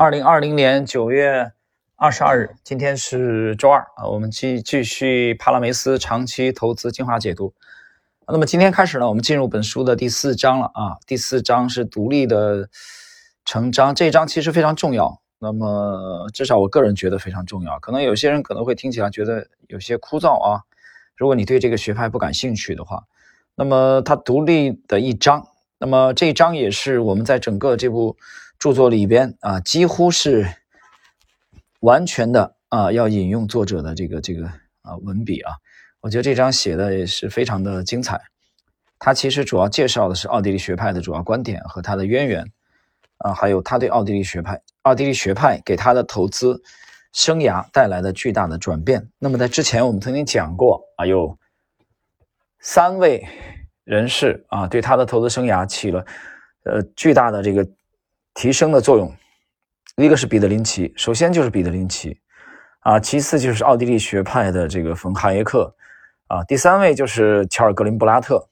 2020年9月22日，今天是周二啊，我们继续帕拉梅斯长期投资精华解读。那么今天开始呢，我们进入本书的第4章了啊。第4章是独立的成章，这一章其实非常重要。那么至少我个人觉得非常重要，可能有些人可能会听起来觉得有些枯燥啊。如果你对这个学派不感兴趣的话，那么它独立的一章，那么这一章也是我们在整个这部著作里边啊，几乎是完全的要引用作者的这个文笔啊。我觉得这章写的也是非常的精彩。它其实主要介绍的是奥地利学派的主要观点和它的渊源啊，还有他对奥地利学派给他的投资生涯带来的巨大的转变。那么在之前我们曾经讲过啊，有3位人士啊对他的投资生涯起了巨大的这个提升的作用。一个是彼得林奇，首先就是彼得林奇啊，其次就是奥地利学派的这个冯哈耶克啊，第3位就是乔尔格林布拉特。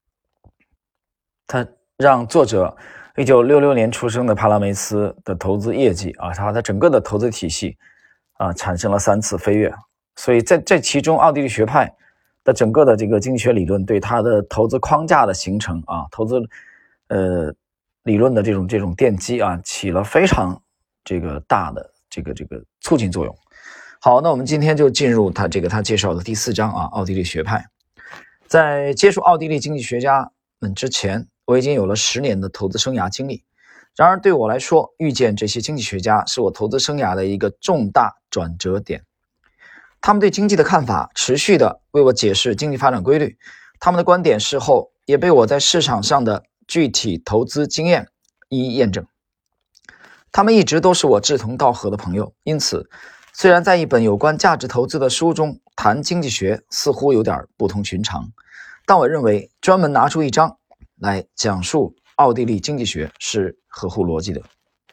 他让作者1966年出生的帕拉梅斯的投资业绩啊，他的整个的投资体系啊产生了3次飞跃。所以在这其中，奥地利学派的整个的这个经济学理论对他的投资框架的形成啊，投资理论的这种奠基啊，起了非常这个大的这个促进作用。好，那我们今天就进入他介绍的第4章啊，奥地利学派。在接触奥地利经济学家们之前，我已经有了10年的投资生涯经历。然而对我来说，遇见这些经济学家是我投资生涯的一个重大转折点。他们对经济的看法持续地为我解释经济发展规律，他们的观点事后也被我在市场上的具体投资经验一一验证。他们一直都是我志同道合的朋友，因此虽然在一本有关价值投资的书中谈经济学似乎有点不同寻常，但我认为专门拿出一章来讲述奥地利经济学是合乎逻辑的。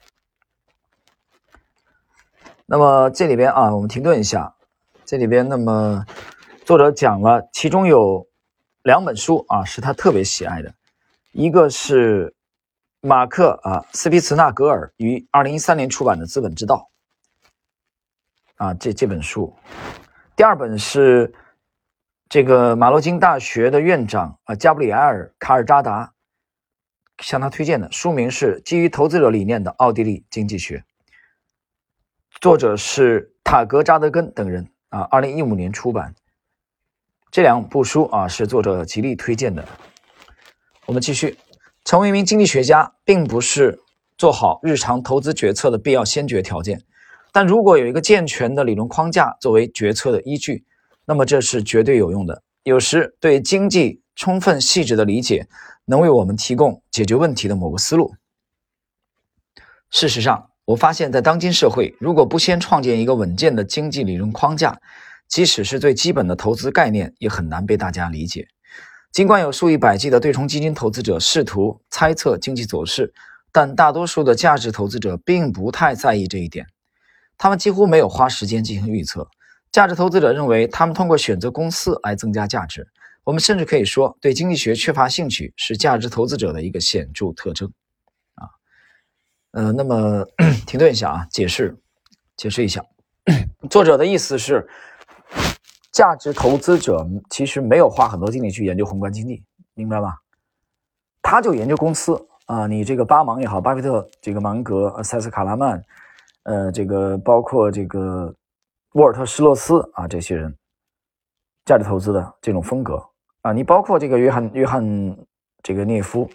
那么这里边啊，我们停顿一下，这里边那么作者讲了其中有2本书啊是他特别喜爱的，一个是马克斯皮茨纳格尔于2013年出版的《资本之道》啊，这本书。第2本是这个马洛金大学的院长加布里埃尔·卡尔扎达向他推荐的，书名是《基于投资者理念的奥地利经济学》，作者是塔格扎德根等人啊，2015年出版。这2部书啊是作者极力推荐的。我们继续。成为一名经济学家并不是做好日常投资决策的必要先决条件，但如果有一个健全的理论框架作为决策的依据，那么这是绝对有用的。有时对经济充分细致的理解能为我们提供解决问题的某个思路。事实上，我发现在当今社会，如果不先创建一个稳健的经济理论框架，即使是最基本的投资概念也很难被大家理解。尽管有数以百计的对冲基金投资者试图猜测经济走势，但大多数的价值投资者并不太在意这一点。他们几乎没有花时间进行预测。价值投资者认为他们通过选择公司来增加价值。我们甚至可以说，对经济学缺乏兴趣是价值投资者的一个显著特征啊。那么停顿一下啊，解释一下。作者的意思是，价值投资者其实没有花很多精力去研究宏观经济，明白吗？他就研究公司啊，你这个巴芒也好，巴菲特、这个芒格、塞斯卡拉曼，这个包括这个沃尔特施洛斯啊，这些人价值投资的这种风格啊，你包括这个约翰这个涅夫，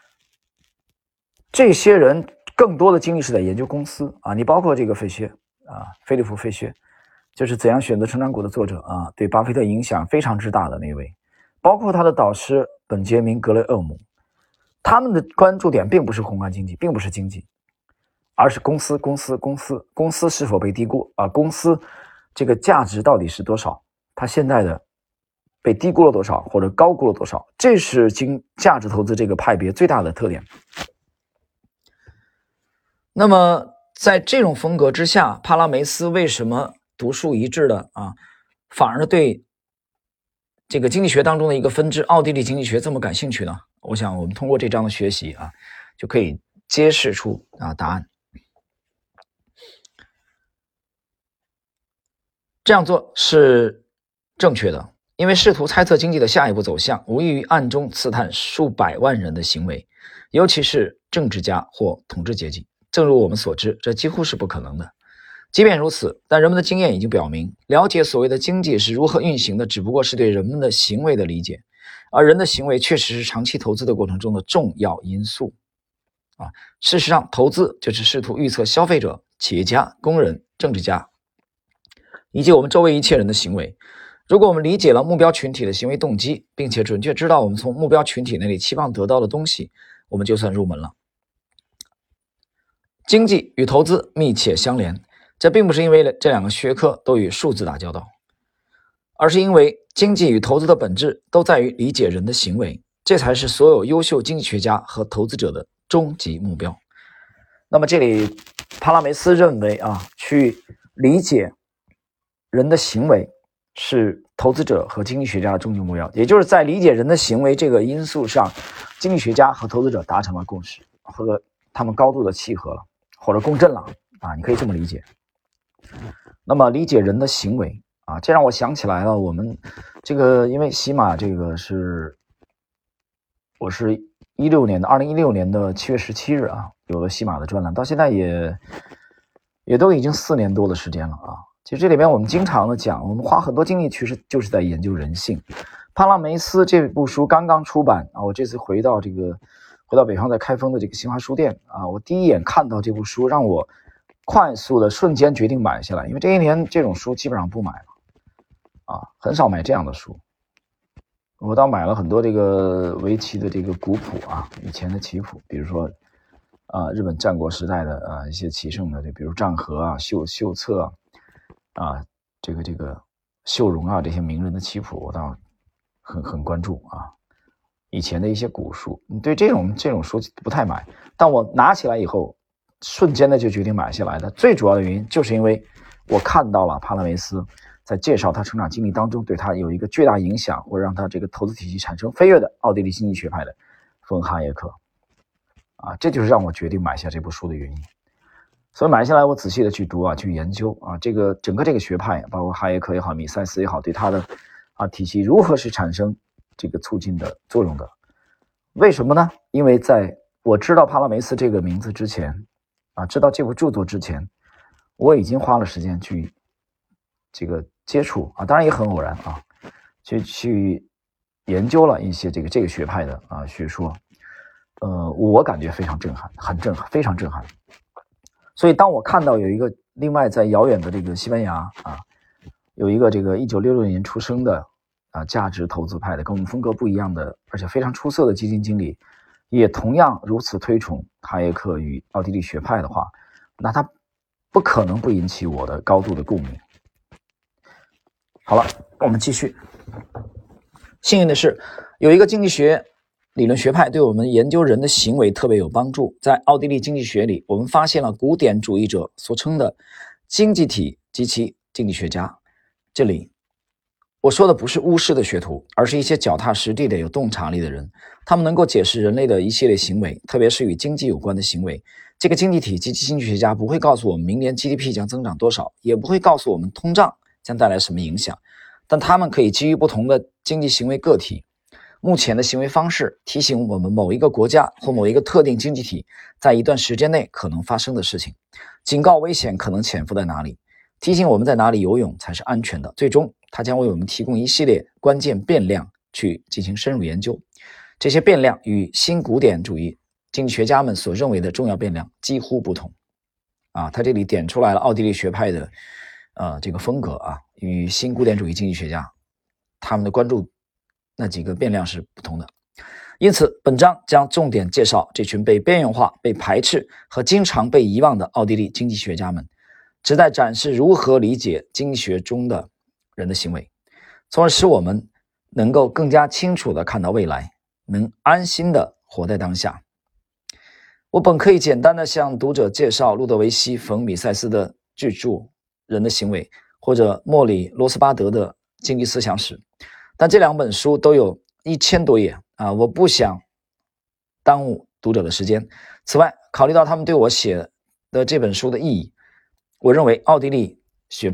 这些人更多的精力是在研究公司啊，你包括这个费薛啊，菲利普·费薛。就是怎样选择成长股的作者啊，对巴菲特影响非常之大的那位，包括他的导师本杰明·格雷厄姆，他们的关注点并不是宏观经济，并不是经济，而是公司是否被低估啊？公司这个价值到底是多少？它现在的被低估了多少，或者高估了多少？这是价值投资这个派别最大的特点。那么在这种风格之下，帕拉梅斯为什么独树一帜的啊，反而对这个经济学当中的一个分支奥地利经济学这么感兴趣呢？我想我们通过这章的学习啊，就可以揭示出答案。 这样做是正确的，因为试图猜测经济的下一步走向，无异于暗中刺探数百万人的行为，尤其是政治家或统治阶级。正如我们所知，这几乎是不可能的。即便如此，但人们的经验已经表明，了解所谓的经济是如何运行的，只不过是对人们的行为的理解，而人的行为确实是长期投资的过程中的重要因素。事实上，投资就是试图预测消费者、企业家、工人、政治家以及我们周围一切人的行为。如果我们理解了目标群体的行为动机，并且准确知道我们从目标群体那里期望得到的东西，我们就算入门了。经济与投资密切相连，这并不是因为这两个学科都与数字打交道，而是因为经济与投资的本质都在于理解人的行为，这才是所有优秀经济学家和投资者的终极目标。那么这里帕拉梅斯认为去理解人的行为是投资者和经济学家的终极目标，也就是在理解人的行为这个因素上，经济学家和投资者达成了共识，或者他们高度的契合了，或者共振了你可以这么理解。那么理解人的行为这让我想起来了，我们这个因为喜马这个我是2016年的7月17日有了喜马的专栏，到现在也都已经4年多的时间了其实这里面我们经常的讲，我们花很多精力其实就是在研究人性。帕拉梅斯这部书刚刚出版我这次回到北方在开封的这个新华书店我第一眼看到这部书，让我快速的瞬间决定买下来，因为这一年这种书基本上不买了很少买这样的书。我倒买了很多这个围棋的这个古谱以前的棋谱，比如说日本战国时代的一些棋圣的，比如丈和秀策这个秀荣这些名人的棋谱，我倒很关注以前的一些古书，对这种书不太买，但我拿起来以后瞬间的就决定买下来的。最主要的原因就是因为我看到了帕拉梅斯在介绍他成长经历当中对他有一个巨大影响，或者让他这个投资体系产生飞跃的奥地利经济学派的冯哈耶克这就是让我决定买下这部书的原因。所以买下来我仔细的去读去研究这个整个这个学派，包括哈耶克也好，米塞斯也好，对他的体系如何是产生这个促进的作用的。为什么呢？因为在我知道帕拉梅斯这个名字之前知道这部著作之前，我已经花了时间去这个接触当然也很偶然去研究了一些这个学派的学说。我感觉非常震撼，非常震撼。所以当我看到有一个另外在遥远的这个西班牙有一个这个1966年出生的价值投资派的，跟我们风格不一样的，而且非常出色的基金经理，也同样如此推崇哈耶克与奥地利学派的话，那他不可能不引起我的高度的共鸣。好了，我们继续。幸运的是，有一个经济学理论学派对我们研究人的行为特别有帮助。在奥地利经济学里，我们发现了古典主义者所称的经济体及其经济学家。这里我说的不是巫师的学徒，而是一些脚踏实地的有洞察力的人，他们能够解释人类的一系列行为，特别是与经济有关的行为。这个经济体及其经济学家不会告诉我们明年 GDP 将增长多少，也不会告诉我们通胀将带来什么影响，但他们可以基于不同的经济行为个体目前的行为方式，提醒我们某一个国家或某一个特定经济体在一段时间内可能发生的事情，警告危险可能潜伏在哪里，提醒我们在哪里游泳才是安全的。最终它将为我们提供一系列关键变量去进行深入研究。这些变量与新古典主义经济学家们所认为的重要变量几乎不同他这里点出来了奥地利学派的这个风格与新古典主义经济学家他们的关注那几个变量是不同的。因此本章将重点介绍这群被边缘化、被排斥和经常被遗忘的奥地利经济学家们，旨在展示如何理解经济学中的人的行为，从而使我们能够更加清楚地看到未来，能安心地活在当下。我本可以简单地向读者介绍路德维希·冯·米塞斯的巨著《人的行为》，或者莫里·罗斯巴德的《经济思想史》，但这两本书都有1000多页我不想耽误读者的时间。此外，考虑到他们对我写的这本书的意义，我认为奥地利学派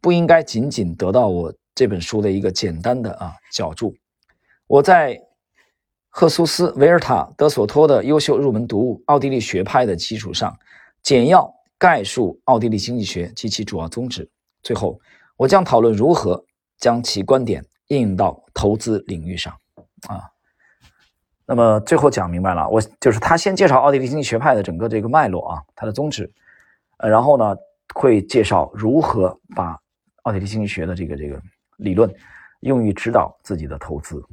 不应该仅仅得到我这本书的一个简单的角注。我在赫苏斯·维尔塔·德索托的优秀入门读物《奥地利学派》的基础上，简要概述奥地利经济学及其主要宗旨。最后，我将讨论如何将其观点应用到投资领域上。那么最后讲明白了，我就是他先介绍奥地利经济学派的整个这个脉络它的宗旨，然后呢会介绍如何把奥地利经济学的这个理论用于指导自己的投资。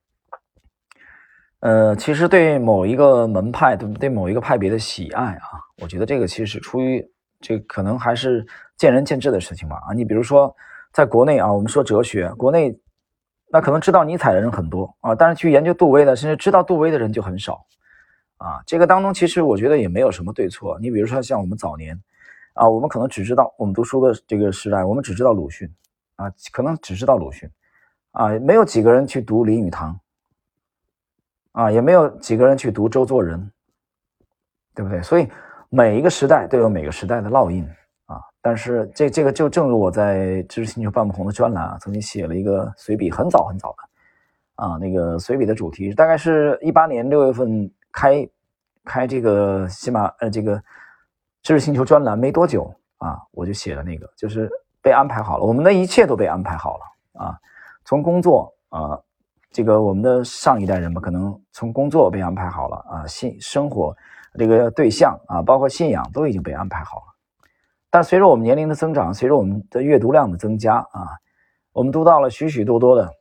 其实对某一个门派，对某一个派别的喜爱我觉得这个其实是出于这可能还是见仁见智的事情吧你比如说在国内我们说哲学，国内那可能知道尼采的人很多但是去研究杜威的，甚至知道杜威的人就很少这个当中其实我觉得也没有什么对错。你比如说像我们早年我们可能只知道我们读书的这个时代，我们只知道鲁迅可能只知道鲁迅没有几个人去读林语堂也没有几个人去读周作人，对不对？所以每一个时代都有每个时代的烙印但是这个就正如我在知识星球半不红的专栏曾经写了一个随笔，很早很早的那个随笔的主题大概是18年6月份开这个这个知识星球专栏没多久我就写了那个，就是被安排好了，我们的一切都被安排好了从工作这个我们的上一代人们可能从工作被安排好了生活这个对象包括信仰都已经被安排好了。但随着我们年龄的增长，随着我们的阅读量的增加我们读到了许许多多的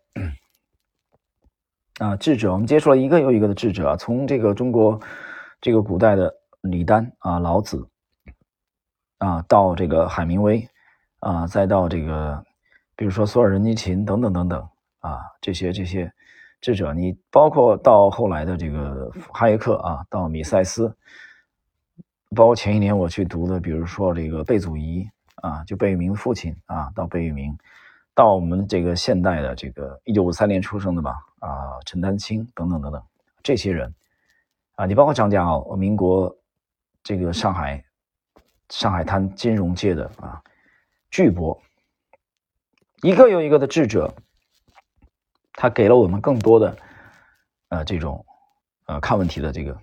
智者，我们接触了一个又一个的智者从这个中国这个古代的李丹老子到这个海明威再到这个比如说索尔仁尼琴等等等等这些智者，你包括到后来的这个哈耶克到米塞斯，包括前一年我去读的比如说这个贝祖仪就贝聿铭父亲到贝聿铭，到我们这个现代的这个1953年出生的吧陈丹青等等等等这些人你包括张家敖，民国这个上海滩金融界的巨擘，一个又一个的智者，他给了我们更多的这种看问题的这个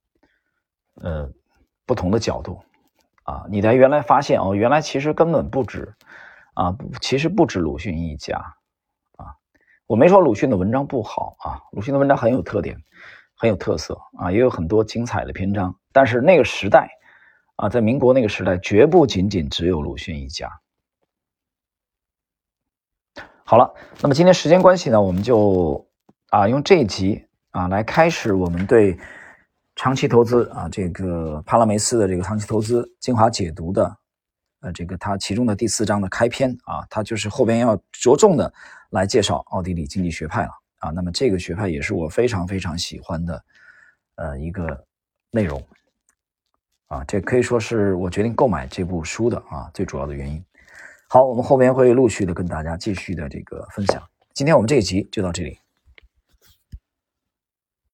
不同的角度你才原来发现原来其实根本不止其实不止鲁迅一家我没说鲁迅的文章不好鲁迅的文章很有特点，很有特色也有很多精彩的篇章，但是那个时代在民国那个时代绝不仅仅只有鲁迅一家。好了，那么今天时间关系呢，我们就用这一集来开始我们对长期投资这个帕拉梅斯的这个长期投资精华解读的这个它其中的第4章的开篇它就是后边要着重的来介绍奥地利经济学派了那么这个学派也是我非常非常喜欢的一个内容这可以说是我决定购买这部书的最主要的原因。好，我们后边会陆续的跟大家继续的这个分享。今天我们这一集就到这里。